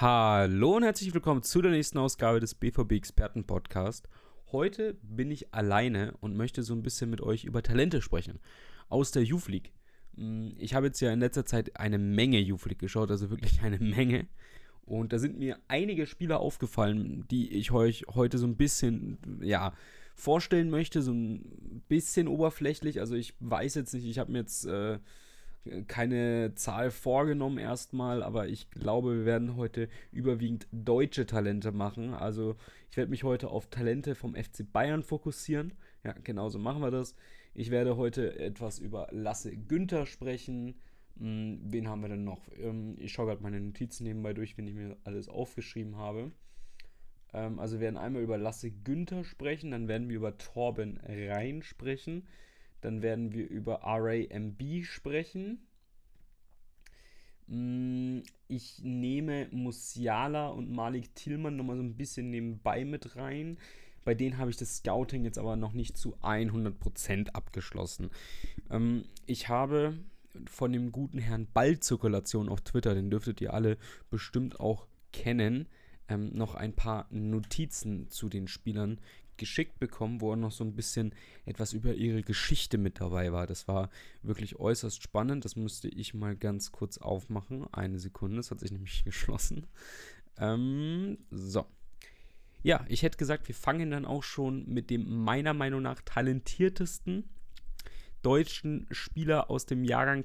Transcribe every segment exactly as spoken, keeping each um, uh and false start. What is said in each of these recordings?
Hallo und herzlich willkommen zu der nächsten Ausgabe des B V B-Experten-Podcast. Heute bin ich alleine und möchte so ein bisschen mit euch über Talente sprechen aus der Youth League. Ich habe jetzt ja in letzter Zeit eine Menge Youth League geschaut, also wirklich eine Menge. Und da sind mir einige Spieler aufgefallen, die ich euch heute so ein bisschen, ja, vorstellen möchte, so ein bisschen oberflächlich. Also ich weiß jetzt nicht, ich habe mir jetzt äh, keine Zahl vorgenommen erstmal, aber ich glaube, wir werden heute überwiegend deutsche Talente machen. Also ich werde mich heute auf Talente vom F C Bayern fokussieren. Ja, genau so machen wir das. Ich werde heute etwas über Lasse Günther sprechen. Hm, wen haben wir denn noch? Ähm, ich schaue gerade meine Notizen nebenbei durch, wenn ich mir alles aufgeschrieben habe. Ähm, also wir werden einmal über Lasse Günther sprechen, dann werden wir über Torben Rhein sprechen. Dann werden wir über R A M B sprechen. Ich nehme Musiala und Malik Tillmann nochmal so ein bisschen nebenbei mit rein. Bei denen habe ich das Scouting jetzt aber noch nicht zu hundert Prozent abgeschlossen. Ich habe von dem guten Herrn Ballzirkulation auf Twitter, den dürftet ihr alle bestimmt auch kennen, ähm, noch ein paar Notizen zu den Spielern geschickt bekommen, wo auch noch so ein bisschen etwas über ihre Geschichte mit dabei war. Das war wirklich äußerst spannend. Das musste ich mal ganz kurz aufmachen. Eine Sekunde, das hat sich nämlich geschlossen. Ähm, so. Ja, ich hätte gesagt, wir fangen dann auch schon mit dem meiner Meinung nach talentiertesten deutschen Spieler aus dem Jahrgang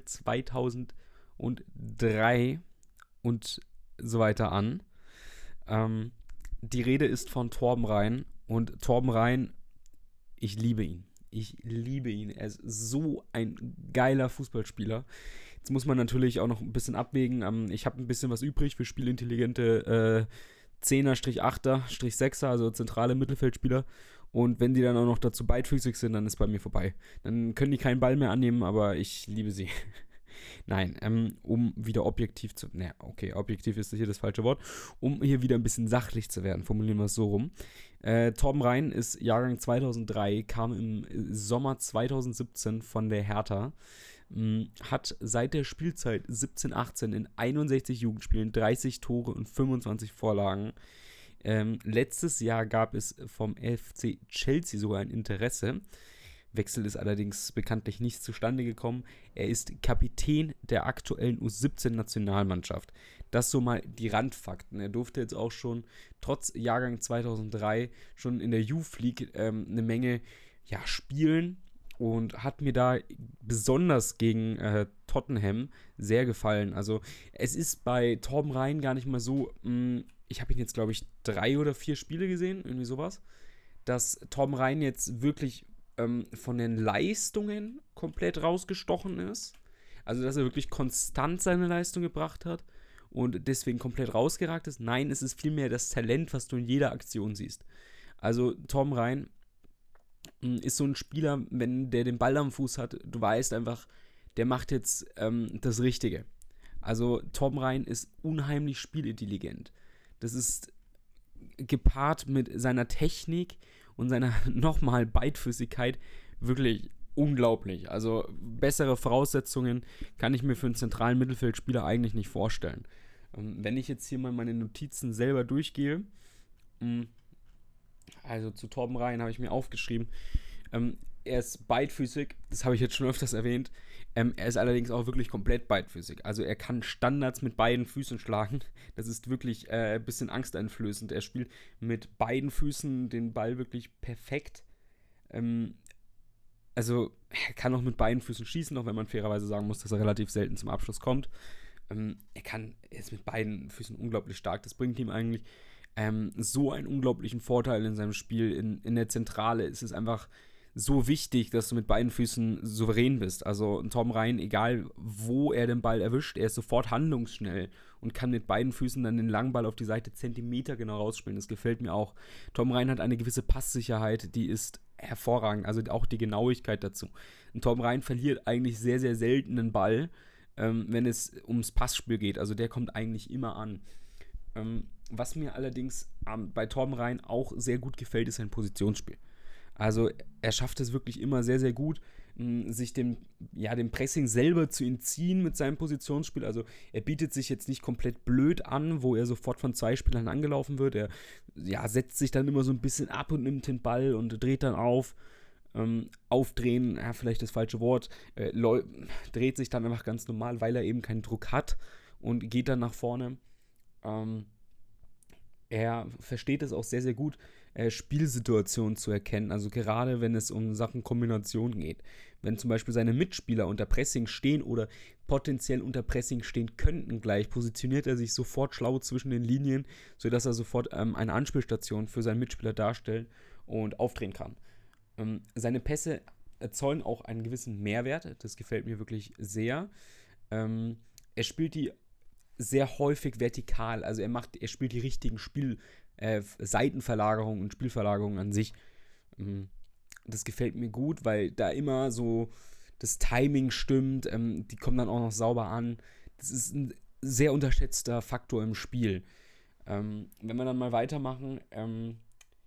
zweitausenddrei und so weiter an. Ähm, die Rede ist von Torben Rhein. Und Torben Rhein, ich liebe ihn. Ich liebe ihn. Er ist so ein geiler Fußballspieler. Jetzt muss man natürlich auch noch ein bisschen abwägen. Ähm, ich habe ein bisschen was übrig für spielintelligente äh, Zehner, Achter, Sechser, also zentrale Mittelfeldspieler. Und wenn die dann auch noch dazu beidfüßig sind, dann ist bei mir vorbei. Dann können die keinen Ball mehr annehmen, aber ich liebe sie. Nein, ähm, um wieder objektiv zu... Ne, okay, objektiv ist hier das falsche Wort. Um hier wieder ein bisschen sachlich zu werden, formulieren wir es so rum. Äh, Torben Rhein ist Jahrgang zweitausenddrei, kam im Sommer zweitausendsiebzehn von der Hertha. Mh, hat seit der Spielzeit siebzehn achtzehn in einundsechzig Jugendspielen dreißig Tore und fünfundzwanzig Vorlagen. Ähm, letztes Jahr gab es vom F C Chelsea sogar ein Interesse. Wechsel ist allerdings bekanntlich nicht zustande gekommen. Er ist Kapitän der aktuellen U siebzehn-Nationalmannschaft. Das so mal die Randfakten. Er durfte jetzt auch schon, trotz Jahrgang zweitausenddrei, schon in der Youth League ähm, eine Menge ja, spielen und hat mir da besonders gegen äh, Tottenham sehr gefallen. Also es ist bei Torben Rhein gar nicht mal so, mh, ich habe ihn jetzt glaube ich drei oder vier Spiele gesehen, irgendwie sowas, dass Torben Rhein jetzt wirklich von den Leistungen komplett rausgestochen ist. Also, dass er wirklich konstant seine Leistung gebracht hat und deswegen komplett rausgeragt ist. Nein, es ist vielmehr das Talent, was du in jeder Aktion siehst. Also, Torben Rhein ist so ein Spieler, wenn der den Ball am Fuß hat, du weißt einfach, der macht jetzt ähm, das Richtige. Also, Torben Rhein ist unheimlich spielintelligent. Das ist gepaart mit seiner Technik und seiner nochmal Beidfüßigkeit wirklich unglaublich. Also bessere Voraussetzungen kann ich mir für einen zentralen Mittelfeldspieler eigentlich nicht vorstellen. Ähm, wenn ich jetzt hier mal meine Notizen selber durchgehe, mh, also zu Torben Rhein habe ich mir aufgeschrieben, ähm, er ist beidfüßig, das habe ich jetzt schon öfters erwähnt. Ähm, er ist allerdings auch wirklich komplett beidfüßig. Also er kann Standards mit beiden Füßen schlagen. Das ist wirklich äh, ein bisschen angsteinflößend. Er spielt mit beiden Füßen den Ball wirklich perfekt. Ähm, also er kann auch mit beiden Füßen schießen, auch wenn man fairerweise sagen muss, dass er relativ selten zum Abschluss kommt. Ähm, er kann, er ist mit beiden Füßen unglaublich stark. Das bringt ihm eigentlich ähm, so einen unglaublichen Vorteil in seinem Spiel. In, in der Zentrale ist es einfach so wichtig, dass du mit beiden Füßen souverän bist. Also Torben Rhein, egal wo er den Ball erwischt, er ist sofort handlungsschnell und kann mit beiden Füßen dann den langen Ball auf die Seite Zentimeter genau rausspielen. Das gefällt mir auch. Torben Rhein hat eine gewisse Passsicherheit, die ist hervorragend, also auch die Genauigkeit dazu. Und Torben Rhein verliert eigentlich sehr, sehr selten den Ball, ähm, wenn es ums Passspiel geht. Also der kommt eigentlich immer an. Ähm, was mir allerdings ähm, bei Torben Rhein auch sehr gut gefällt, ist sein Positionsspiel. Also er schafft es wirklich immer sehr, sehr gut, mh, sich dem, ja, dem Pressing selber zu entziehen mit seinem Positionsspiel. Also er bietet sich jetzt nicht komplett blöd an, wo er sofort von zwei Spielern angelaufen wird. Er ja, setzt sich dann immer so ein bisschen ab und nimmt den Ball und dreht dann auf. Ähm, aufdrehen, ja, vielleicht das falsche Wort, äh, dreht sich dann einfach ganz normal, weil er eben keinen Druck hat und geht dann nach vorne. Ähm, er versteht es auch sehr, sehr gut, äh, Spielsituationen zu erkennen, also gerade wenn es um Sachen Kombination geht. Wenn zum Beispiel seine Mitspieler unter Pressing stehen oder potenziell unter Pressing stehen könnten gleich, positioniert er sich sofort schlau zwischen den Linien, sodass er sofort ähm, eine Anspielstation für seinen Mitspieler darstellen und aufdrehen kann. Ähm, seine Pässe erzeugen auch einen gewissen Mehrwert, das gefällt mir wirklich sehr. Ähm, er spielt die sehr häufig vertikal, also er macht, er spielt die richtigen Spiel, äh, Seitenverlagerungen und Spielverlagerungen an sich. Ähm, das gefällt mir gut, weil da immer so das Timing stimmt, ähm, die kommen dann auch noch sauber an. Das ist ein sehr unterschätzter Faktor im Spiel. Ähm, wenn wir dann mal weitermachen, ähm,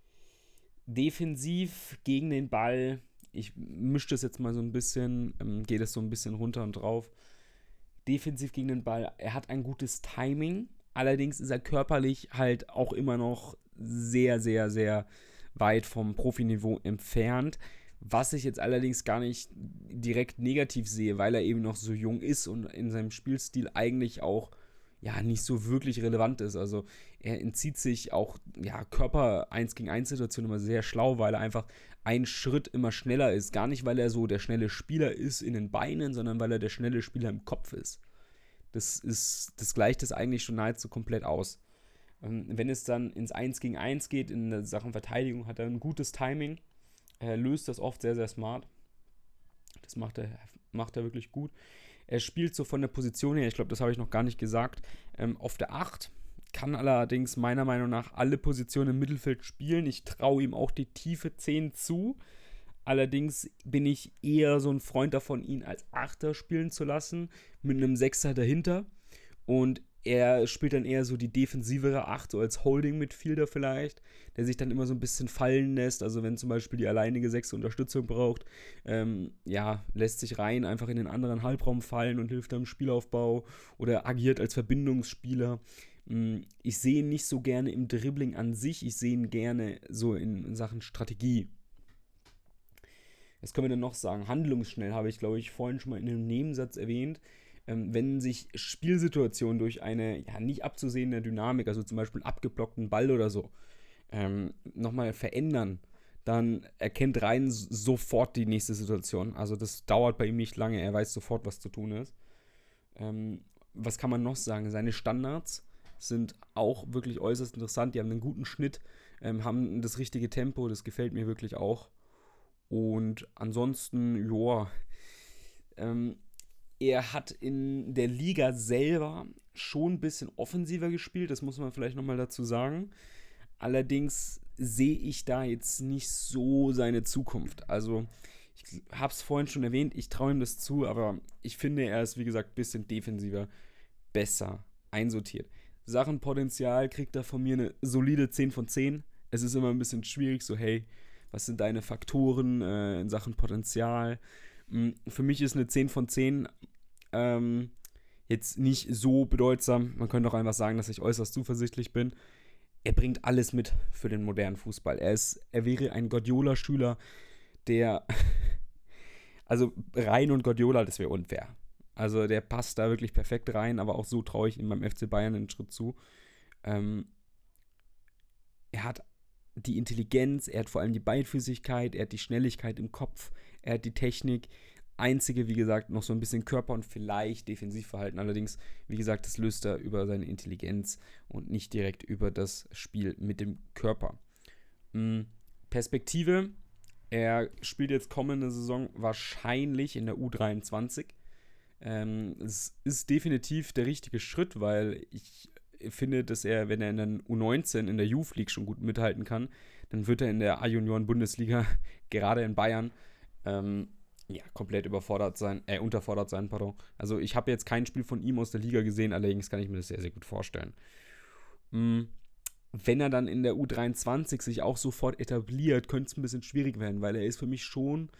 defensiv gegen den Ball, ich mische das jetzt mal so ein bisschen, ähm, gehe das so ein bisschen runter und drauf. Defensiv gegen den Ball, er hat ein gutes Timing, allerdings ist er körperlich halt auch immer noch sehr, sehr, sehr weit vom Profiniveau entfernt, was ich jetzt allerdings gar nicht direkt negativ sehe, weil er eben noch so jung ist und in seinem Spielstil eigentlich auch ja nicht so wirklich relevant ist. Also er entzieht sich auch ja, Körper eins gegen eins Situationen immer sehr schlau, weil er einfach einen Schritt immer schneller ist. Gar nicht, weil er so der schnelle Spieler ist in den Beinen, sondern weil er der schnelle Spieler im Kopf ist. Das ist, das gleicht es eigentlich schon nahezu komplett aus. Ähm, wenn es dann ins eins gegen eins geht, in der Sachen Verteidigung, hat er ein gutes Timing. Er löst das oft sehr, sehr smart. Das macht er, macht er wirklich gut. Er spielt so von der Position her, ich glaube, das habe ich noch gar nicht gesagt, ähm, auf der acht, kann allerdings meiner Meinung nach alle Positionen im Mittelfeld spielen. Ich traue ihm auch die tiefe zehn zu. Allerdings bin ich eher so ein Freund davon, ihn als Achter spielen zu lassen, mit einem Sechser dahinter. Und er spielt dann eher so die defensivere acht, so als Holding-Midfielder vielleicht, der sich dann immer so ein bisschen fallen lässt. Also wenn zum Beispiel die alleinige Sechse Unterstützung braucht, ähm, ja, lässt sich rein einfach in den anderen Halbraum fallen und hilft am Spielaufbau oder agiert als Verbindungsspieler. Ich sehe ihn nicht so gerne im Dribbling an sich, ich sehe ihn gerne so in, in Sachen Strategie. Was können wir denn noch sagen? Handlungsschnell habe ich, glaube ich, vorhin schon mal in einem Nebensatz erwähnt. Ähm, wenn sich Spielsituationen durch eine ja, nicht abzusehende Dynamik, also zum Beispiel einen abgeblockten Ball oder so, ähm, nochmal verändern, dann erkennt Rein sofort die nächste Situation. Also das dauert bei ihm nicht lange, er weiß sofort, was zu tun ist. Ähm, was kann man noch sagen? Seine Standards sind auch wirklich äußerst interessant, die haben einen guten Schnitt, ähm, haben das richtige Tempo, das gefällt mir wirklich auch. Und ansonsten, joa, ähm, er hat in der Liga selber schon ein bisschen offensiver gespielt, das muss man vielleicht nochmal dazu sagen. Allerdings sehe ich da jetzt nicht so seine Zukunft. Also, ich habe es vorhin schon erwähnt, ich traue ihm das zu, aber ich finde, er ist, wie gesagt, ein bisschen defensiver besser einsortiert. Sachenpotenzial kriegt er von mir eine solide zehn von zehn. Es ist immer ein bisschen schwierig, so hey, was sind deine Faktoren äh, in Sachen Potenzial? Mhm. Für mich ist eine zehn von zehn ähm, jetzt nicht so bedeutsam. Man könnte auch einfach sagen, dass ich äußerst zuversichtlich bin. Er bringt alles mit für den modernen Fußball. Er, ist, er wäre ein Guardiola-Schüler, der also Rein und Guardiola, das wäre unfair. Also der passt da wirklich perfekt rein, aber auch so traue ich ihm beim F C Bayern einen Schritt zu. Ähm, er hat die Intelligenz, er hat vor allem die Beidfüßigkeit, er hat die Schnelligkeit im Kopf, er hat die Technik. Einzige, wie gesagt, noch so ein bisschen Körper und vielleicht Defensivverhalten. Allerdings, wie gesagt, das löst er über seine Intelligenz und nicht direkt über das Spiel mit dem Körper. Perspektive, er spielt jetzt kommende Saison wahrscheinlich in der U dreiundzwanzig. Ähm, es ist definitiv der richtige Schritt, weil ich finde, dass er, wenn er in der U neunzehn in der Youth League schon gut mithalten kann, dann wird er in der A-Junioren-Bundesliga, gerade in Bayern, ähm, ja, komplett überfordert sein, äh, unterfordert sein, pardon. Also ich habe jetzt kein Spiel von ihm aus der Liga gesehen, allerdings kann ich mir das sehr, sehr gut vorstellen. Mhm. Wenn er dann in der U dreiundzwanzig sich auch sofort etabliert, könnte es ein bisschen schwierig werden, weil er ist für mich schon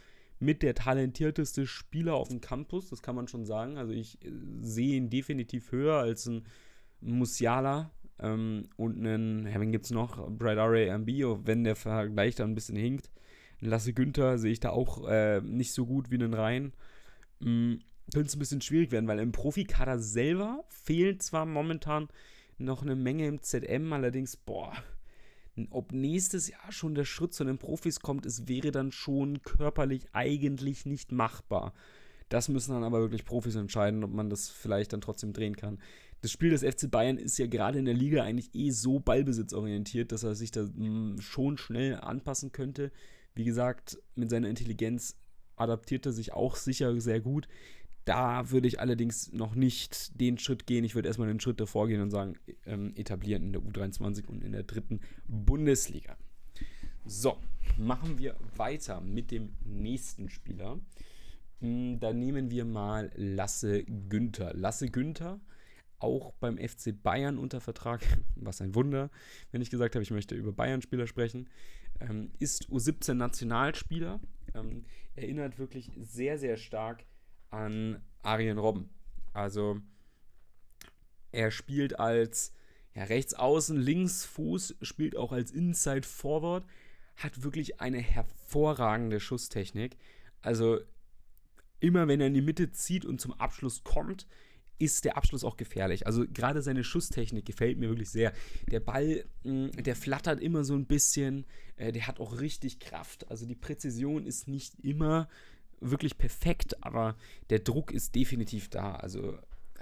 mit der talentierteste Spieler auf dem Campus, das kann man schon sagen. Also ich äh, sehe ihn definitiv höher als ein Musiala ähm, und einen, ja, wen gibt es noch? Brad Ambio, wenn der Vergleich da ein bisschen hinkt. Ein Lasse Günther sehe ich da auch äh, nicht so gut wie einen Rhein. Mhm. Könnte es ein bisschen schwierig werden, weil im Profikader selber fehlt zwar momentan noch eine Menge im Z M, allerdings, boah, ob nächstes Jahr schon der Schritt zu den Profis kommt, es wäre dann schon körperlich eigentlich nicht machbar. Das müssen dann aber wirklich Profis entscheiden, ob man das vielleicht dann trotzdem drehen kann. Das Spiel des F C Bayern ist ja gerade in der Liga eigentlich eh so ballbesitzorientiert, dass er sich da mh, schon schnell anpassen könnte. Wie gesagt, mit seiner Intelligenz adaptiert er sich auch sicher sehr gut. Da würde ich allerdings noch nicht den Schritt gehen. Ich würde erstmal den Schritt davor gehen und sagen, ähm, etablieren in der U dreiundzwanzig und in der dritten Bundesliga. So, machen wir weiter mit dem nächsten Spieler. Da nehmen wir mal Lasse Günther. Lasse Günther, auch beim F C Bayern unter Vertrag, was ein Wunder, wenn ich gesagt habe, ich möchte über Bayern-Spieler sprechen, ähm, ist U siebzehn Nationalspieler, ähm, erinnert wirklich sehr, sehr stark an Arjen Robben. Also er spielt als ja, Rechtsaußen, Linksfuß, spielt auch als Inside Forward, hat wirklich eine hervorragende Schusstechnik. Also immer wenn er in die Mitte zieht und zum Abschluss kommt, ist der Abschluss auch gefährlich. Also gerade seine Schusstechnik gefällt mir wirklich sehr. Der Ball, der flattert immer so ein bisschen, der hat auch richtig Kraft. Also die Präzision ist nicht immer wirklich perfekt, aber der Druck ist definitiv da. Also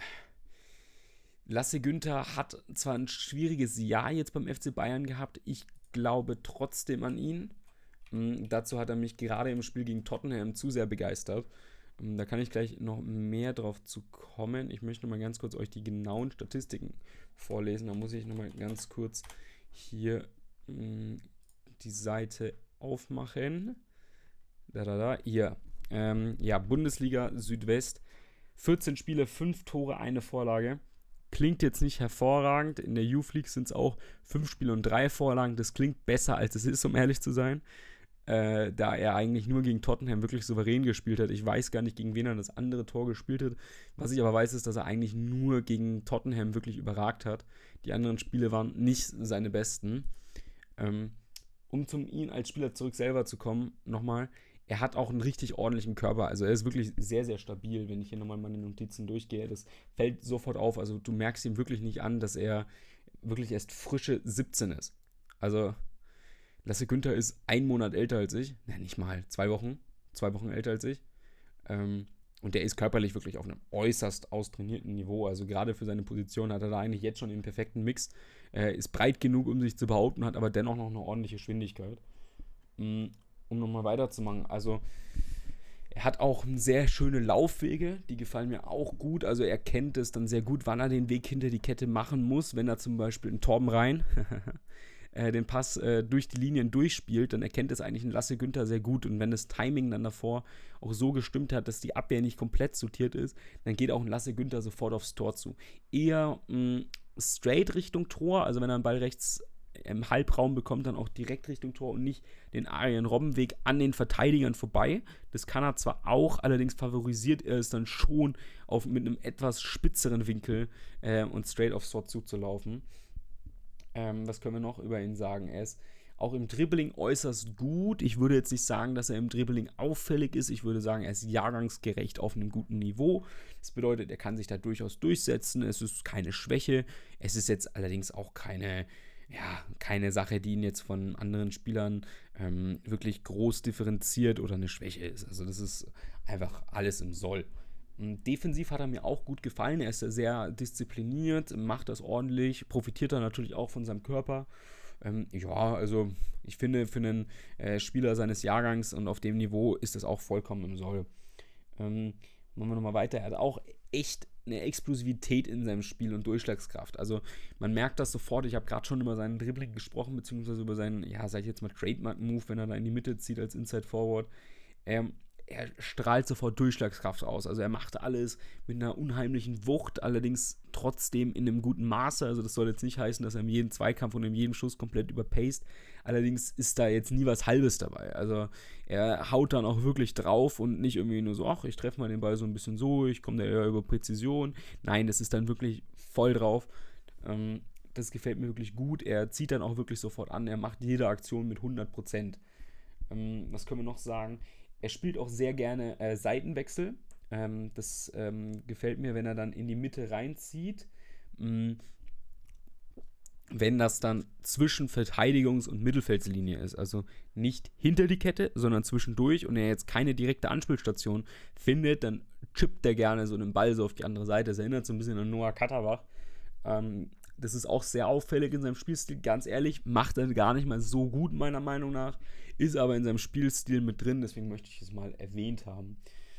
Lasse Günther hat zwar ein schwieriges Jahr jetzt beim F C Bayern gehabt, ich glaube trotzdem an ihn. Mhm, dazu hat er mich gerade im Spiel gegen Tottenham zu sehr begeistert. Mhm, da kann ich gleich noch mehr drauf zu kommen. Ich möchte noch mal ganz kurz euch die genauen Statistiken vorlesen. Da muss ich noch mal ganz kurz hier mh, die Seite aufmachen. Da, da, da, hier. Ähm, ja, Bundesliga Südwest, vierzehn Spiele, fünf Tore, eine Vorlage. Klingt jetzt nicht hervorragend. In der Youth League sind es auch fünf Spiele und drei Vorlagen. Das klingt besser, als es ist, um ehrlich zu sein. Äh, da er eigentlich nur gegen Tottenham wirklich souverän gespielt hat. Ich weiß gar nicht, gegen wen er das andere Tor gespielt hat. Was ich aber weiß, ist, dass er eigentlich nur gegen Tottenham wirklich überragt hat. Die anderen Spiele waren nicht seine besten. Ähm, um zum ihn als Spieler zurück selber zu kommen, nochmal, er hat auch einen richtig ordentlichen Körper. Also er ist wirklich sehr, sehr stabil, wenn ich hier nochmal meine Notizen durchgehe. Das fällt sofort auf. Also du merkst ihm wirklich nicht an, dass er wirklich erst frische siebzehn ist. Also Lasse Günther ist ein Monat älter als ich. Na, nicht mal, zwei Wochen. Zwei Wochen älter als ich. Ähm, und der ist körperlich wirklich auf einem äußerst austrainierten Niveau. Also gerade für seine Position hat er da eigentlich jetzt schon den perfekten Mix. Er ist breit genug, um sich zu behaupten, hat aber dennoch noch eine ordentliche Geschwindigkeit. Um nochmal weiterzumachen. Also er hat auch sehr schöne Laufwege, die gefallen mir auch gut. Also er kennt es dann sehr gut, wann er den Weg hinter die Kette machen muss. Wenn er zum Beispiel einen Torben Rhein äh, den Pass äh, durch die Linien durchspielt, dann erkennt es eigentlich ein Lasse Günther sehr gut. Und wenn das Timing dann davor auch so gestimmt hat, dass die Abwehr nicht komplett sortiert ist, dann geht auch ein Lasse Günther sofort aufs Tor zu. Eher mh, straight Richtung Tor, also wenn er einen Ball rechts im Halbraum bekommt, dann auch direkt Richtung Tor und nicht den Arjen-Robben-Weg an den Verteidigern vorbei. Das kann er zwar auch, allerdings favorisiert er es dann schon, auf, mit einem etwas spitzeren Winkel äh, und straight aufs Tor zuzulaufen. Ähm, was können wir noch über ihn sagen? Er ist auch im Dribbling äußerst gut. Ich würde jetzt nicht sagen, dass er im Dribbling auffällig ist. Ich würde sagen, er ist jahrgangsgerecht auf einem guten Niveau. Das bedeutet, er kann sich da durchaus durchsetzen. Es ist keine Schwäche. Es ist jetzt allerdings auch keine ja, keine Sache, die ihn jetzt von anderen Spielern ähm, wirklich groß differenziert oder eine Schwäche ist. Also das ist einfach alles im Soll. Und defensiv hat er mir auch gut gefallen. Er ist sehr diszipliniert, macht das ordentlich, profitiert dann natürlich auch von seinem Körper. Ähm, ja, also ich finde, für einen äh, Spieler seines Jahrgangs und auf dem Niveau ist das auch vollkommen im Soll. Ähm, machen wir nochmal weiter. Er hat auch echt eine Explosivität in seinem Spiel und Durchschlagskraft. Also man merkt das sofort. Ich habe gerade schon über seinen Dribbling gesprochen, beziehungsweise über seinen, ja, sag ich jetzt mal, Trademark-Move, wenn er da in die Mitte zieht als Inside Forward. Ähm, er strahlt sofort Durchschlagskraft aus. Also er macht alles mit einer unheimlichen Wucht, allerdings trotzdem in einem guten Maße. Also das soll jetzt nicht heißen, dass er in jedem Zweikampf und in jedem Schuss komplett überpaced. Allerdings ist da jetzt nie was Halbes dabei. Also er haut dann auch wirklich drauf und nicht irgendwie nur so, ach, ich treffe mal den Ball so ein bisschen so, ich komme da eher über Präzision. Nein, das ist dann wirklich voll drauf. Ähm, das gefällt mir wirklich gut. Er zieht dann auch wirklich sofort an. Er macht jede Aktion mit hundert Prozent. Ähm, was können wir noch sagen? Er spielt auch sehr gerne äh, Seitenwechsel. Ähm, das ähm, gefällt mir, wenn er dann in die Mitte reinzieht. Ähm, wenn das dann zwischen Verteidigungs- und Mittelfeldslinie ist. Also nicht hinter die Kette, sondern zwischendurch und er jetzt keine direkte Anspielstation findet, dann chippt er gerne so einen Ball so auf die andere Seite. Das erinnert so ein bisschen an Noah Katterbach. Ähm, das ist auch sehr auffällig in seinem Spielstil. Ganz ehrlich, macht er gar nicht mal so gut, meiner Meinung nach. Ist aber in seinem Spielstil mit drin, deswegen möchte ich es mal erwähnt haben.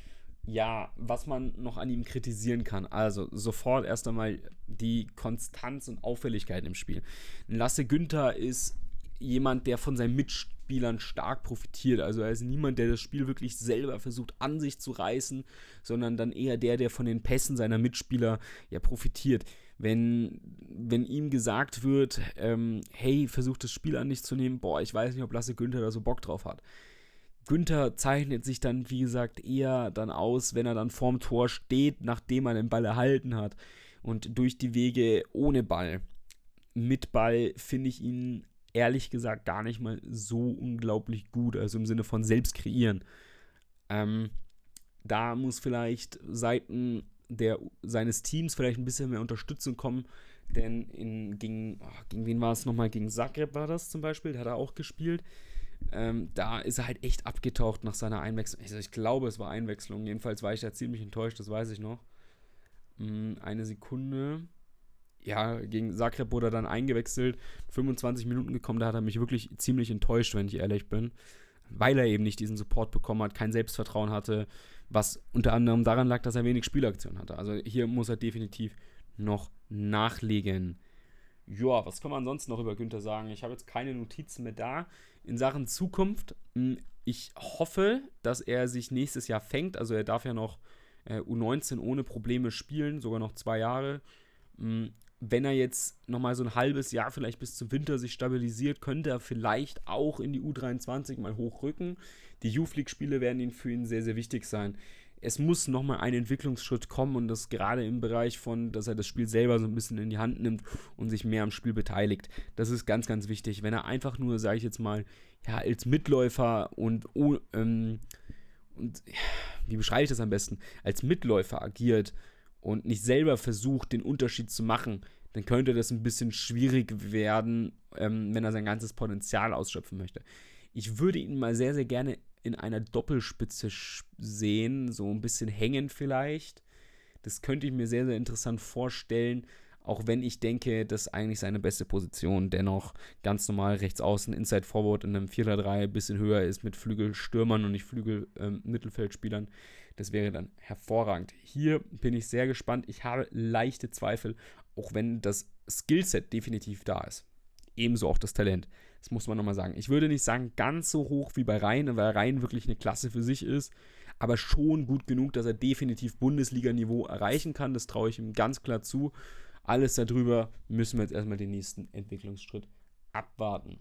Ja, was man noch an ihm kritisieren kann. Also sofort erst einmal die Konstanz und Auffälligkeit im Spiel. Lasse Günther ist jemand, der von seinen Mitspielern stark profitiert. Also er ist niemand, der das Spiel wirklich selber versucht an sich zu reißen, sondern dann eher der, der von den Pässen seiner Mitspieler ja profitiert. Wenn, wenn ihm gesagt wird, ähm, hey, versuch das Spiel an dich zu nehmen, boah, ich weiß nicht, ob Lasse Günther da so Bock drauf hat. Günther zeichnet sich dann, wie gesagt, eher dann aus, wenn er dann vorm Tor steht, nachdem er den Ball erhalten hat. Und durch die Wege ohne Ball. Mit Ball finde ich ihn ehrlich gesagt gar nicht mal so unglaublich gut. Also im Sinne von selbst kreieren. Ähm, da muss vielleicht Seiten der, seines Teams vielleicht ein bisschen mehr Unterstützung kommen. Denn in, gegen, oh, gegen wen war es nochmal? Gegen Zagreb war das zum Beispiel. Der hat er auch gespielt. Ähm, da ist er halt echt abgetaucht nach seiner Einwechslung. Also ich glaube, es war Einwechslung. Jedenfalls war ich da ziemlich enttäuscht, das weiß ich noch. Ähm, eine Sekunde. Ja, gegen Zagreb wurde er dann eingewechselt. fünfundzwanzig Minuten gekommen, da hat er mich wirklich ziemlich enttäuscht, wenn ich ehrlich bin. Weil er eben nicht diesen Support bekommen hat, kein Selbstvertrauen hatte, was unter anderem daran lag, dass er wenig Spielaktion hatte. Also hier muss er definitiv noch nachlegen. Ja, was kann man sonst noch über Günther sagen? Ich habe jetzt keine Notizen mehr da. In Sachen Zukunft, ich hoffe, dass er sich nächstes Jahr fängt. Also er darf ja noch äh, U neunzehn ohne Probleme spielen, sogar noch zwei Jahre. Wenn er jetzt nochmal so ein halbes Jahr vielleicht bis zum Winter sich stabilisiert, könnte er vielleicht auch in die U dreiundzwanzig mal hochrücken. Die Youth League-Spiele werden ihn für ihn sehr, sehr wichtig sein. Es muss nochmal ein Entwicklungsschritt kommen und das gerade im Bereich von, dass er das Spiel selber so ein bisschen in die Hand nimmt und sich mehr am Spiel beteiligt. Das ist ganz, ganz wichtig. Wenn er einfach nur, sage ich jetzt mal, ja, als Mitläufer und, oh, ähm, und wie beschreibe ich das am besten, als Mitläufer agiert und nicht selber versucht, den Unterschied zu machen, dann könnte das ein bisschen schwierig werden, ähm, wenn er sein ganzes Potenzial ausschöpfen möchte. Ich würde ihn mal sehr, sehr gerne in einer Doppelspitze sehen, so ein bisschen hängend vielleicht. Das könnte ich mir sehr, sehr interessant vorstellen, auch wenn ich denke, dass eigentlich seine beste Position dennoch ganz normal rechts außen, Inside Forward in einem vier drei drei ein bisschen höher ist mit Flügelstürmern und nicht Flügel-Mittelfeldspielern. Ähm, das wäre dann hervorragend. Hier bin ich sehr gespannt. Ich habe leichte Zweifel, auch wenn das Skillset definitiv da ist. Ebenso auch das Talent. Das muss man nochmal sagen. Ich würde nicht sagen, ganz so hoch wie bei Rhein, weil Rhein wirklich eine Klasse für sich ist, aber schon gut genug, dass er definitiv Bundesliga-Niveau erreichen kann. Das traue ich ihm ganz klar zu. Alles darüber müssen wir jetzt erstmal den nächsten Entwicklungsschritt abwarten.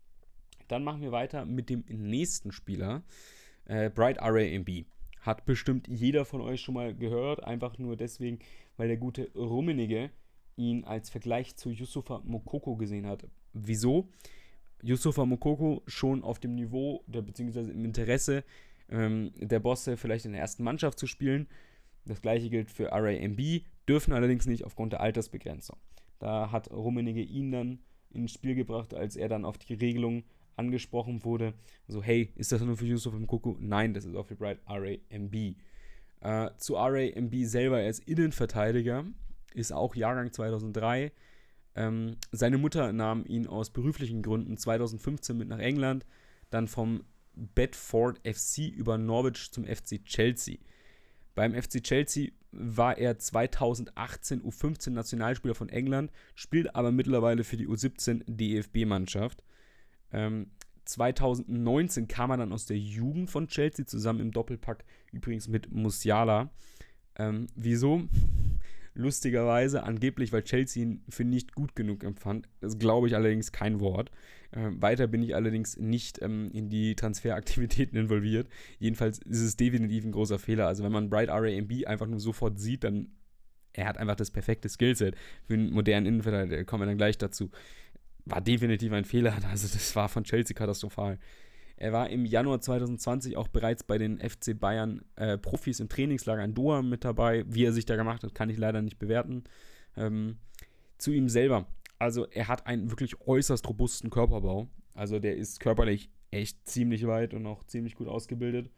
Dann machen wir weiter mit dem nächsten Spieler. Äh, Bright R A M B. Hat bestimmt jeder von euch schon mal gehört, einfach nur deswegen, weil der gute Rummenigge ihn als Vergleich zu Youssoufa Moukoko gesehen hat. Wieso? Youssoufa Moukoko schon auf dem Niveau, der, beziehungsweise im Interesse ähm, der Bosse vielleicht in der ersten Mannschaft zu spielen. Das gleiche gilt für R A M B, dürfen allerdings nicht aufgrund der Altersbegrenzung. Da hat Rummenigge ihn dann ins Spiel gebracht, als er dann auf die Regelung angesprochen wurde. So, hey, ist das nur für Youssoufa Moukoko? Nein, das ist auch für Bright R A M B. Äh, zu R A M B selber, er ist Innenverteidiger, ist auch Jahrgang zweitausenddrei. Ähm, seine Mutter nahm ihn aus beruflichen Gründen zweitausendfünfzehn mit nach England, dann vom Bedford F C über Norwich zum F C Chelsea. Beim F C Chelsea war er zweitausendachtzehn U fünfzehn Nationalspieler von England, spielt aber mittlerweile für die U siebzehn D F B-Mannschaft. Ähm, zweitausendneunzehn kam er dann aus der Jugend von Chelsea zusammen im Doppelpack, übrigens mit Musiala. Ähm, wieso? Lustigerweise, angeblich, weil Chelsea ihn für nicht gut genug empfand. Das glaube ich allerdings kein Wort. Ähm, weiter bin ich allerdings nicht ähm, in die Transferaktivitäten involviert. Jedenfalls ist es definitiv ein großer Fehler. Also wenn man Bright R A M B einfach nur sofort sieht, dann er hat einfach das perfekte Skillset für einen modernen Innenverteidiger. Da kommen wir dann gleich dazu. War definitiv ein Fehler. Also das war von Chelsea katastrophal. Er war im Januar zwanzig zwanzig auch bereits bei den F C Bayern äh, Profis im Trainingslager in Doha mit dabei. Wie er sich da gemacht hat, kann ich leider nicht bewerten. Ähm, zu ihm selber. Also er hat einen wirklich äußerst robusten Körperbau. Also der ist körperlich echt ziemlich weit und auch ziemlich gut ausgebildet.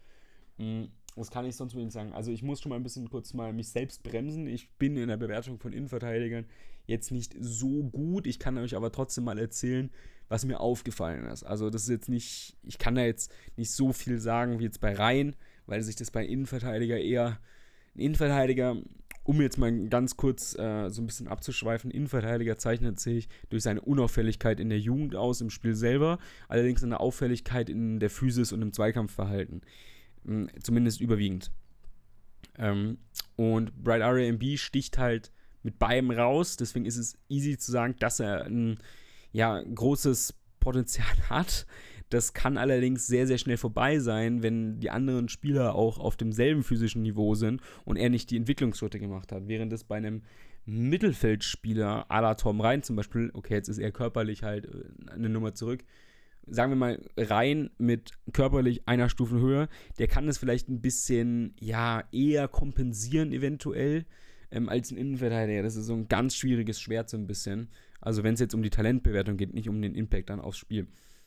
Das kann ich sonst mit ihm sagen. Also ich muss schon mal ein bisschen kurz mal mich selbst bremsen. Ich bin in der Bewertung von Innenverteidigern jetzt nicht so gut. Ich kann euch aber trotzdem mal erzählen, was mir aufgefallen ist. Also das ist jetzt nicht, ich kann da jetzt nicht so viel sagen wie jetzt bei Rhein, weil sich das bei Innenverteidiger eher, ein Innenverteidiger, um jetzt mal ganz kurz äh, so ein bisschen abzuschweifen, Innenverteidiger zeichnet sich durch seine Unauffälligkeit in der Jugend aus, im Spiel selber, allerdings eine Auffälligkeit in der Physis und im Zweikampfverhalten. Zumindest überwiegend. Ähm, und Bright R A M B sticht halt mit beidem raus, deswegen ist es easy zu sagen, dass er ein ja, großes Potenzial hat. Das kann allerdings sehr, sehr schnell vorbei sein, wenn die anderen Spieler auch auf demselben physischen Niveau sind und er nicht die Entwicklungsschritte gemacht hat. Während es bei einem Mittelfeldspieler à la Torben Rhein zum Beispiel, okay, jetzt ist er körperlich halt eine Nummer zurück, sagen wir mal, Rhein mit körperlich einer Stufe höher, der kann das vielleicht ein bisschen, ja, eher kompensieren eventuell ähm, als ein Innenverteidiger. Das ist so ein ganz schwieriges Schwert so ein bisschen. Also wenn es jetzt um die Talentbewertung geht, nicht um den Impact dann aufs Spiel.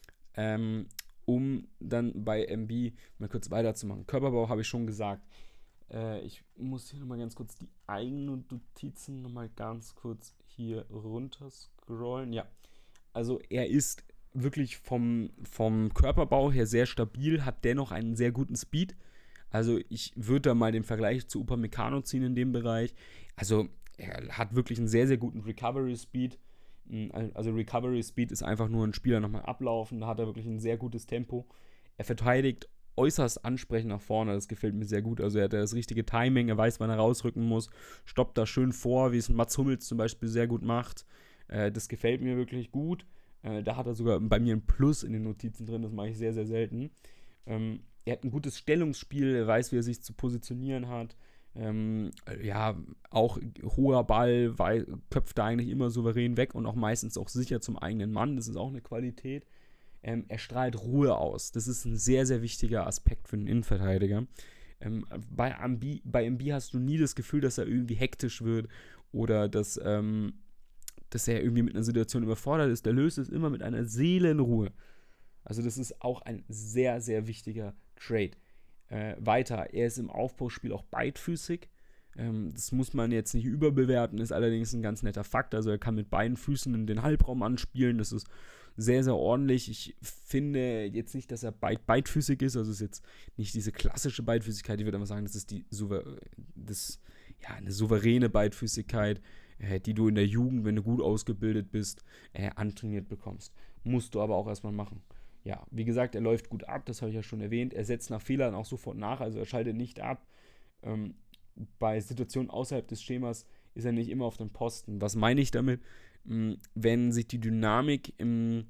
Ähm, um dann bei M B mal kurz weiterzumachen. Körperbau habe ich schon gesagt. Äh, ich muss hier nochmal ganz kurz die eigenen Notizen nochmal ganz kurz hier runter scrollen. Ja, also er ist wirklich vom, vom Körperbau her sehr stabil, hat dennoch einen sehr guten Speed. Also ich würde da mal den Vergleich zu Upamecano ziehen in dem Bereich. Also er hat wirklich einen sehr, sehr guten Recovery Speed. Also Recovery Speed ist einfach nur ein Spieler nochmal ablaufen. Da hat er wirklich ein sehr gutes Tempo. Er verteidigt äußerst ansprechend nach vorne. Das gefällt mir sehr gut. Also er hat das richtige Timing. Er weiß, wann er rausrücken muss. Stoppt da schön vor, wie es Mats Hummels zum Beispiel sehr gut macht. Das gefällt mir wirklich gut. Äh, da hat er sogar bei mir ein Plus in den Notizen drin, das mache ich sehr, sehr selten. Ähm, er hat ein gutes Stellungsspiel, er weiß, wie er sich zu positionieren hat. Ähm, ja, auch hoher Ball, weil, köpft da eigentlich immer souverän weg und auch meistens auch sicher zum eigenen Mann, das ist auch eine Qualität. Ähm, er strahlt Ruhe aus, das ist ein sehr, sehr wichtiger Aspekt für einen Innenverteidiger. Ähm, bei, Ambi, bei M B hast du nie das Gefühl, dass er irgendwie hektisch wird oder dass ähm, dass er irgendwie mit einer Situation überfordert ist. Der löst es immer mit einer Seelenruhe. Also das ist auch ein sehr, sehr wichtiger Trade. Äh, weiter, er ist im Aufbauspiel auch beidfüßig. Ähm, das muss man jetzt nicht überbewerten, ist allerdings ein ganz netter Fakt. Also er kann mit beiden Füßen in den Halbraum anspielen. Das ist sehr, sehr ordentlich. Ich finde jetzt nicht, dass er beid, beidfüßig ist. Also es ist jetzt nicht diese klassische Beidfüßigkeit. Ich würde aber sagen, das ist die Souver- das, ja, eine souveräne Beidfüßigkeit, die du in der Jugend, wenn du gut ausgebildet bist, äh, antrainiert bekommst. Musst du aber auch erstmal machen. Ja, wie gesagt, er läuft gut ab, das habe ich ja schon erwähnt. Er setzt nach Fehlern auch sofort nach, also er schaltet nicht ab. Ähm, bei Situationen außerhalb des Schemas ist er nicht immer auf dem Posten. Was meine ich damit? Ähm, wenn sich die Dynamik im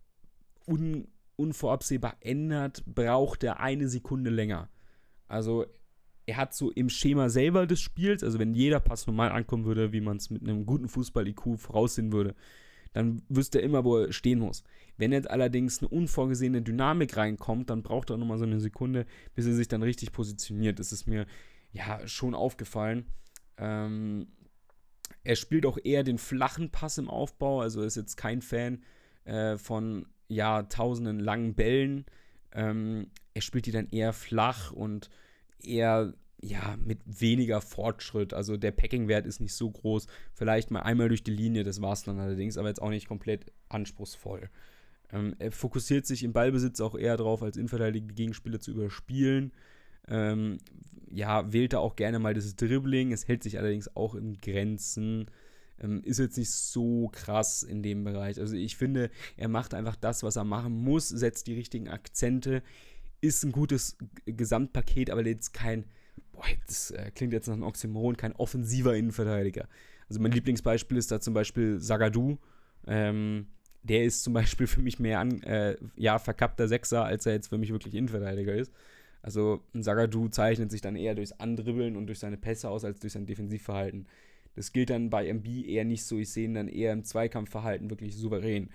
un- unvorabsehbar ändert, braucht er eine Sekunde länger. Also er hat so im Schema selber des Spiels, also wenn jeder Pass normal ankommen würde, wie man es mit einem guten Fußball-I Q voraussehen würde, dann wüsste er immer, wo er stehen muss. Wenn jetzt allerdings eine unvorgesehene Dynamik reinkommt, dann braucht er nochmal so eine Sekunde, bis er sich dann richtig positioniert. Das ist mir ja schon aufgefallen. Ähm, er spielt auch eher den flachen Pass im Aufbau, also ist jetzt kein Fan äh, von ja, tausenden langen Bällen. Ähm, er spielt die dann eher flach und eher ja, mit weniger Fortschritt. Also der Packing-Wert ist nicht so groß. Vielleicht mal einmal durch die Linie, das war es dann allerdings, aber jetzt auch nicht komplett anspruchsvoll. Ähm, er fokussiert sich im Ballbesitz auch eher darauf, als Innenverteidiger die Gegenspieler zu überspielen. Ähm, ja, wählt da auch gerne mal das Dribbling. Es hält sich allerdings auch in Grenzen. ähm, ist jetzt nicht so krass in dem Bereich. Also ich finde, er macht einfach das, was er machen muss, setzt die richtigen Akzente, ist ein gutes Gesamtpaket, aber jetzt kein, boah, das äh, klingt jetzt nach einem Oxymoron, kein offensiver Innenverteidiger. Also mein Lieblingsbeispiel ist da zum Beispiel Zagadou. Ähm, der ist zum Beispiel für mich mehr an, äh, ja, verkappter Sechser, als er jetzt für mich wirklich Innenverteidiger ist. Also ein Zagadou zeichnet sich dann eher durchs Andribbeln und durch seine Pässe aus, als durch sein Defensivverhalten. Das gilt dann bei M B eher nicht so. Ich sehe ihn dann eher im Zweikampfverhalten wirklich souverän.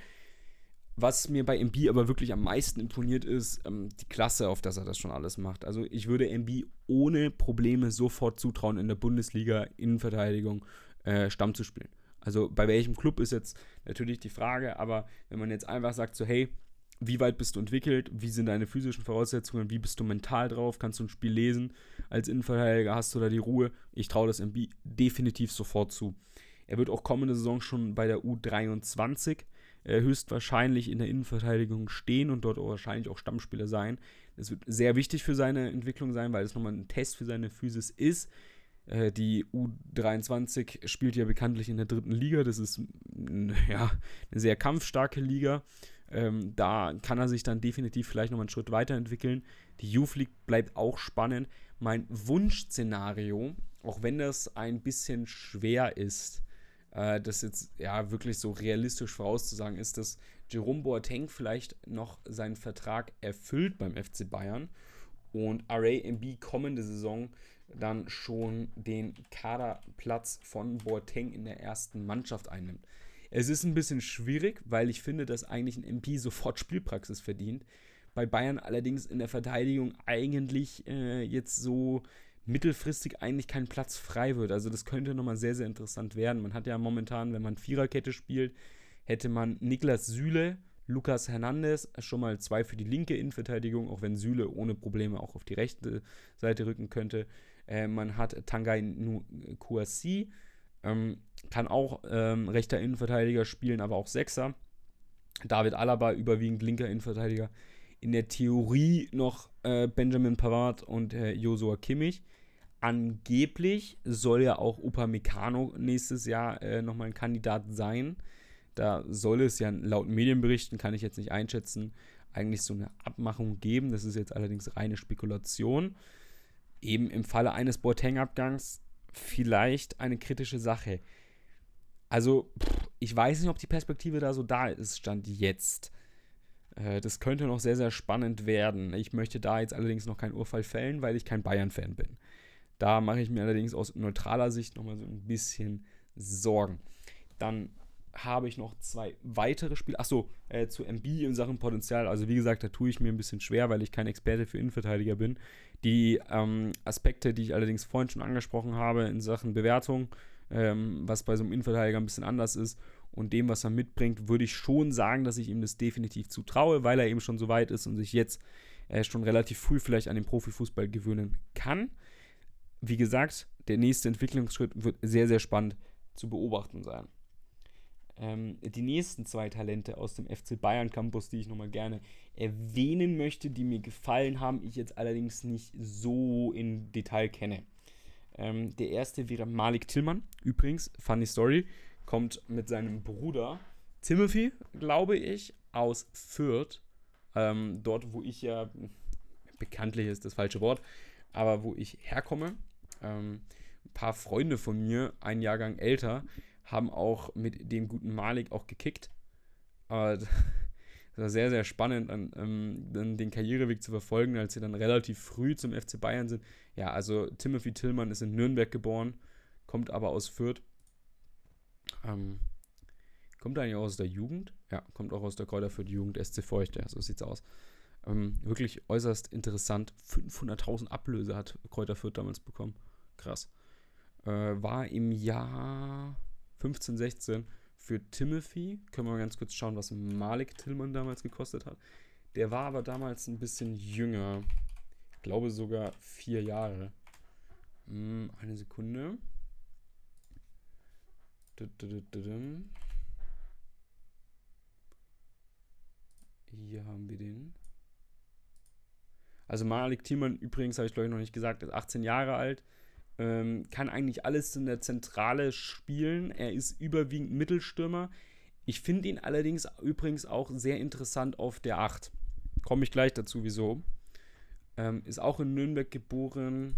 Was mir bei M B aber wirklich am meisten imponiert ist, ähm, die Klasse, auf das er das schon alles macht. Also ich würde M B ohne Probleme sofort zutrauen, in der Bundesliga Innenverteidigung äh, Stamm zu spielen. Also bei welchem Club ist jetzt natürlich die Frage, aber wenn man jetzt einfach sagt so, hey, wie weit bist du entwickelt, wie sind deine physischen Voraussetzungen, wie bist du mental drauf, kannst du ein Spiel lesen, als Innenverteidiger hast du da die Ruhe, ich traue das M B definitiv sofort zu. Er wird auch kommende Saison schon bei der U dreiundzwanzig äh, höchstwahrscheinlich in der Innenverteidigung stehen und dort auch wahrscheinlich auch Stammspieler sein. Das wird sehr wichtig für seine Entwicklung sein, weil es nochmal ein Test für seine Physis ist. Äh, die U dreiundzwanzig spielt ja bekanntlich in der dritten Liga, das ist ja, eine sehr kampfstarke Liga. Ähm, da kann er sich dann definitiv vielleicht nochmal einen Schritt weiterentwickeln. Die Youth League bleibt auch spannend. Mein Wunschszenario, auch wenn das ein bisschen schwer ist, äh, das jetzt ja wirklich so realistisch vorauszusagen, ist, dass Jerome Boateng vielleicht noch seinen Vertrag erfüllt beim F C Bayern und R A M B kommende Saison dann schon den Kaderplatz von Boateng in der ersten Mannschaft einnimmt. Es ist ein bisschen schwierig, weil ich finde, dass eigentlich ein M P sofort Spielpraxis verdient. Bei Bayern allerdings in der Verteidigung eigentlich äh, jetzt so mittelfristig eigentlich kein Platz frei wird. Also das könnte nochmal sehr, sehr interessant werden. Man hat ja momentan, wenn man Viererkette spielt, hätte man Niklas Süle, Lucas Hernandez, schon mal zwei für die linke Innenverteidigung, auch wenn Süle ohne Probleme auch auf die rechte Seite rücken könnte. Äh, man hat Tanguy Kouassi, ähm, kann auch ähm, rechter Innenverteidiger spielen, aber auch Sechser. David Alaba, überwiegend linker Innenverteidiger. In der Theorie noch äh, Benjamin Pavard und äh, Joshua Kimmich. Angeblich soll ja auch Upamecano nächstes Jahr äh, nochmal ein Kandidat sein. Da soll es ja laut Medienberichten, kann ich jetzt nicht einschätzen, eigentlich so eine Abmachung geben. Das ist jetzt allerdings reine Spekulation. Eben im Falle eines Boateng-Abgangs vielleicht eine kritische Sache. Also, pff, ich weiß nicht, ob die Perspektive da so da ist, Stand jetzt. Äh, das könnte noch sehr, sehr spannend werden. Ich möchte da jetzt allerdings noch kein Urteil fällen, weil ich kein Bayern-Fan bin. Da mache ich mir allerdings aus neutraler Sicht nochmal so ein bisschen Sorgen. Dann habe ich noch zwei weitere Spiele. Achso, äh, zu M B in Sachen Potenzial. Also wie gesagt, da tue ich mir ein bisschen schwer, weil ich kein Experte für Innenverteidiger bin. Die ähm, Aspekte, die ich allerdings vorhin schon angesprochen habe in Sachen Bewertung, ähm, was bei so einem Innenverteidiger ein bisschen anders ist und dem, was er mitbringt, würde ich schon sagen, dass ich ihm das definitiv zutraue, weil er eben schon so weit ist und sich jetzt äh, schon relativ früh vielleicht an den Profifußball gewöhnen kann. Wie gesagt, der nächste Entwicklungsschritt wird sehr, sehr spannend zu beobachten sein. Ähm, die nächsten zwei Talente aus dem F C Bayern Campus, die ich nochmal gerne erwähnen möchte, die mir gefallen haben, ich jetzt allerdings nicht so in Detail kenne. Ähm, der erste wäre Malik Tillmann. Übrigens, funny Story, kommt mit seinem Bruder Timothy, glaube ich, aus Fürth. Ähm, dort, wo ich ja, bekanntlich ist das falsche Wort, aber wo ich herkomme. Ähm, ein paar Freunde von mir, ein Jahrgang älter, haben auch mit dem guten Malik auch gekickt. Aber das war sehr, sehr spannend, dann, ähm, dann den Karriereweg zu verfolgen, als sie dann relativ früh zum F C Bayern sind. Ja, also Timothy Tillmann ist in Nürnberg geboren, kommt aber aus Fürth. Ähm, kommt eigentlich auch aus der Jugend? Ja, kommt auch aus der Kräuter Fürth Jugend, S C Feucht, ja, so sieht's aus. Ähm, wirklich äußerst interessant. fünfhunderttausend Ablöse hat Kräuter Fürth damals bekommen. Krass. Äh, war im Jahr fünfzehn, sechzehn für Timothy. Können wir mal ganz kurz schauen, was Malik Tillmann damals gekostet hat. Der war aber damals ein bisschen jünger. Ich glaube sogar vier Jahre. Hm, eine Sekunde. Hier haben wir den. Also Malik Tillmann, übrigens habe ich glaube ich noch nicht gesagt, ist achtzehn Jahre alt. ähm, kann eigentlich alles in der Zentrale spielen. Er ist überwiegend Mittelstürmer. Ich finde ihn allerdings übrigens auch sehr interessant auf der acht. Komme ich gleich dazu, wieso. Ähm, ist auch in Nürnberg geboren.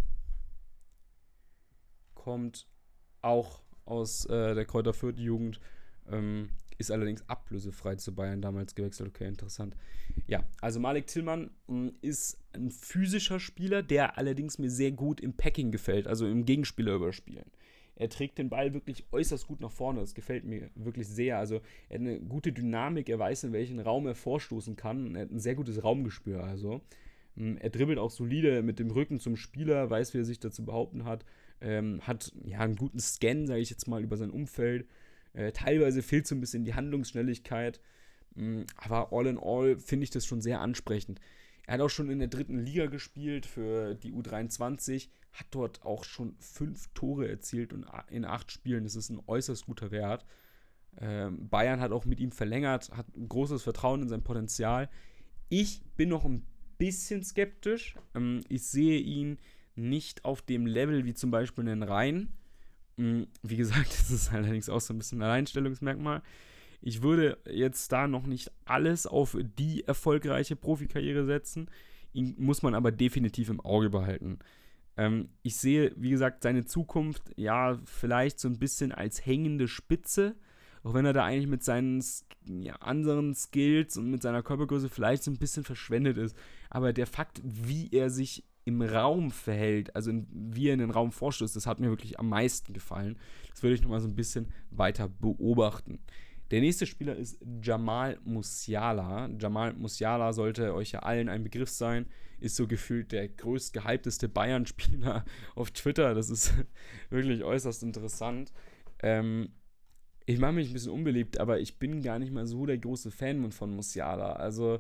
Kommt auch aus äh, der Kräuter Fürth-Jugend. Ähm, ist allerdings ablösefrei zu Bayern damals gewechselt. Okay, interessant. Ja, also Malik Tillmann mh, ist ein physischer Spieler, der allerdings mir sehr gut im Packing gefällt, also im Gegenspieler überspielen. Er trägt den Ball wirklich äußerst gut nach vorne. Das gefällt mir wirklich sehr. Also er hat eine gute Dynamik, er weiß, in welchen Raum er vorstoßen kann. Er hat ein sehr gutes Raumgespür. Also er dribbelt auch solide mit dem Rücken zum Spieler, weiß, wie er sich dazu behaupten hat. Ähm, hat ja einen guten Scan, sage ich jetzt mal, über sein Umfeld. Äh, teilweise fehlt so ein bisschen die Handlungsschnelligkeit. Mh, aber all in all finde ich das schon sehr ansprechend. Er hat auch schon in der dritten Liga gespielt für die U dreiundzwanzig, hat dort auch schon fünf Tore erzielt und in acht Spielen. Das ist ein äußerst guter Wert. Ähm, Bayern hat auch mit ihm verlängert, hat ein großes Vertrauen in sein Potenzial. Ich bin noch ein bisschen skeptisch. Ähm, ich sehe ihn nicht auf dem Level wie zum Beispiel den Rhein. Ähm, wie gesagt, das ist allerdings auch so ein bisschen ein Alleinstellungsmerkmal. Ich würde jetzt da noch nicht alles auf die erfolgreiche Profikarriere setzen. Ihn muss man aber definitiv im Auge behalten. Ähm, ich sehe, wie gesagt, seine Zukunft ja vielleicht so ein bisschen als hängende Spitze, auch wenn er da eigentlich mit seinen ja, anderen Skills und mit seiner Körpergröße vielleicht so ein bisschen verschwendet ist. Aber der Fakt, wie er sich im Raum verhält, also in, wie er in den Raum vorstößt, das hat mir wirklich am meisten gefallen. Das würde ich nochmal so ein bisschen weiter beobachten. Der nächste Spieler ist Jamal Musiala. Jamal Musiala sollte euch ja allen ein Begriff sein. Ist so gefühlt der größt gehypteste Bayern-Spieler auf Twitter. Das ist wirklich äußerst interessant. Ähm, ich mache mich ein bisschen unbeliebt, aber ich bin gar nicht mal so der große Fan von Musiala. Also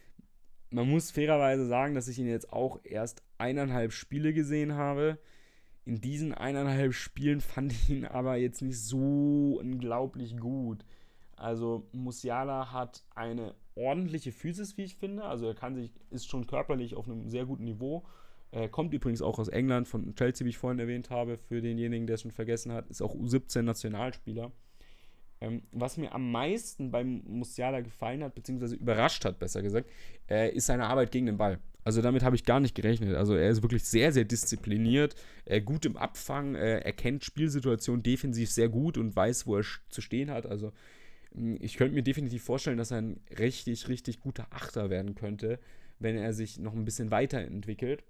man muss fairerweise sagen, dass ich ihn jetzt auch erst eineinhalb Spiele gesehen habe. In diesen eineinhalb Spielen fand ich ihn aber jetzt nicht so unglaublich gut. Also Musiala hat eine ordentliche Physis, wie ich finde. Also er kann sich, ist schon körperlich auf einem sehr guten Niveau. Er kommt übrigens auch aus England, von Chelsea, wie ich vorhin erwähnt habe, für denjenigen, der es schon vergessen hat, ist auch U siebzehn Nationalspieler. Ähm, was mir am meisten beim Musiala gefallen hat, beziehungsweise überrascht hat, besser gesagt, äh, ist seine Arbeit gegen den Ball. Also damit habe ich gar nicht gerechnet. Also er ist wirklich sehr, sehr diszipliniert, äh, gut im Abfang, äh, er kennt Spielsituationen defensiv sehr gut und weiß, wo er zu stehen hat. Also ich könnte mir definitiv vorstellen, dass er ein richtig, richtig guter Achter werden könnte, wenn er sich noch ein bisschen weiterentwickelt.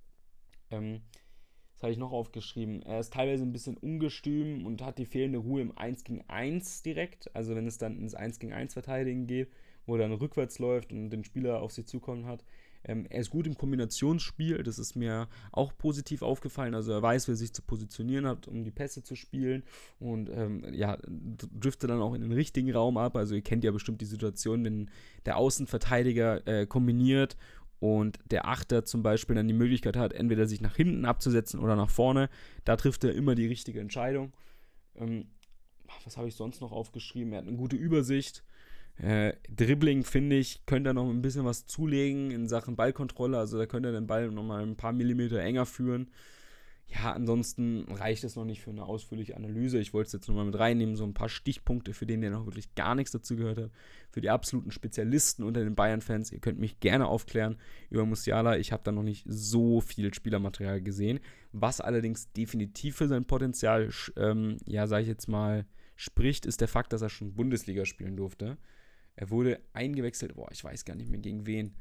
Ähm, das habe ich noch aufgeschrieben. Er ist teilweise ein bisschen ungestüm und hat die fehlende Ruhe im eins gegen eins direkt. Also wenn es dann ins eins gegen eins Verteidigen geht, wo er dann rückwärts läuft und den Spieler auf sich zukommen hat. Ähm, er ist gut im Kombinationsspiel, das ist mir auch positiv aufgefallen. Also er weiß, wie er sich zu positionieren hat, um die Pässe zu spielen und ähm, ja, driftet dann auch in den richtigen Raum ab. Also ihr kennt ja bestimmt die Situation, wenn der Außenverteidiger äh, kombiniert und der Achter zum Beispiel dann die Möglichkeit hat, entweder sich nach hinten abzusetzen oder nach vorne. Da trifft er immer die richtige Entscheidung. Ähm, was habe ich sonst noch aufgeschrieben? Er hat eine gute Übersicht. Äh, Dribbling, finde ich, könnte er noch ein bisschen was zulegen in Sachen Ballkontrolle. Also da könnte er den Ball nochmal ein paar Millimeter enger führen. Ja, ansonsten reicht es noch nicht für eine ausführliche Analyse. Ich wollte es jetzt nochmal mit reinnehmen, so ein paar Stichpunkte, für den der noch wirklich gar nichts dazu gehört hat. Für die absoluten Spezialisten unter den Bayern-Fans, ihr könnt mich gerne aufklären über Musiala. Ich habe da noch nicht so viel Spielermaterial gesehen. Was allerdings definitiv für sein Potenzial, ähm, ja, sage ich jetzt mal, spricht, ist der Fakt, dass er schon Bundesliga spielen durfte. Er wurde eingewechselt, boah, ich weiß gar nicht mehr gegen wen.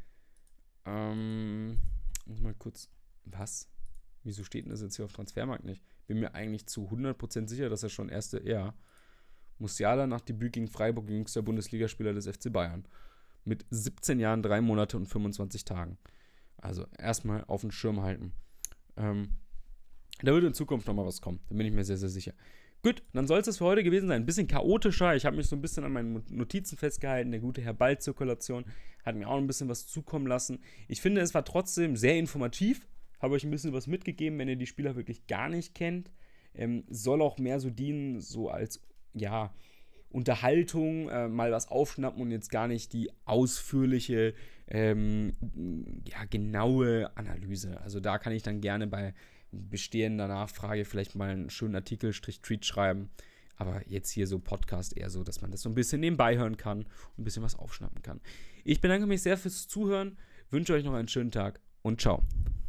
Ähm, muss mal kurz, was? Wieso steht denn das jetzt hier auf Transfermarkt nicht? Bin mir eigentlich zu hundert Prozent sicher, dass er schon erste, ja. Musiala nach Debüt gegen Freiburg, jüngster Bundesligaspieler des F C Bayern. Mit siebzehn Jahren, drei Monate und fünfundzwanzig Tagen. Also erstmal auf den Schirm halten. Ähm, da wird in Zukunft nochmal was kommen, da bin ich mir sehr, sehr sicher. Gut, dann soll es das für heute gewesen sein. Ein bisschen chaotischer. Ich habe mich so ein bisschen an meinen Notizen festgehalten. Der gute Herr Ball-Zirkulation hat mir auch ein bisschen was zukommen lassen. Ich finde, es war trotzdem sehr informativ. Habe euch ein bisschen was mitgegeben, wenn ihr die Spieler wirklich gar nicht kennt. Ähm, soll auch mehr so dienen, so als, ja, Unterhaltung, äh, mal was aufschnappen und jetzt gar nicht die ausführliche, ähm, ja, genaue Analyse. Also da kann ich dann gerne bei bestehender Nachfrage vielleicht mal einen schönen Artikel, Strich Tweet schreiben. Aber jetzt hier so Podcast eher so, dass man das so ein bisschen nebenbei hören kann und ein bisschen was aufschnappen kann. Ich bedanke mich sehr fürs Zuhören, wünsche euch noch einen schönen Tag und ciao.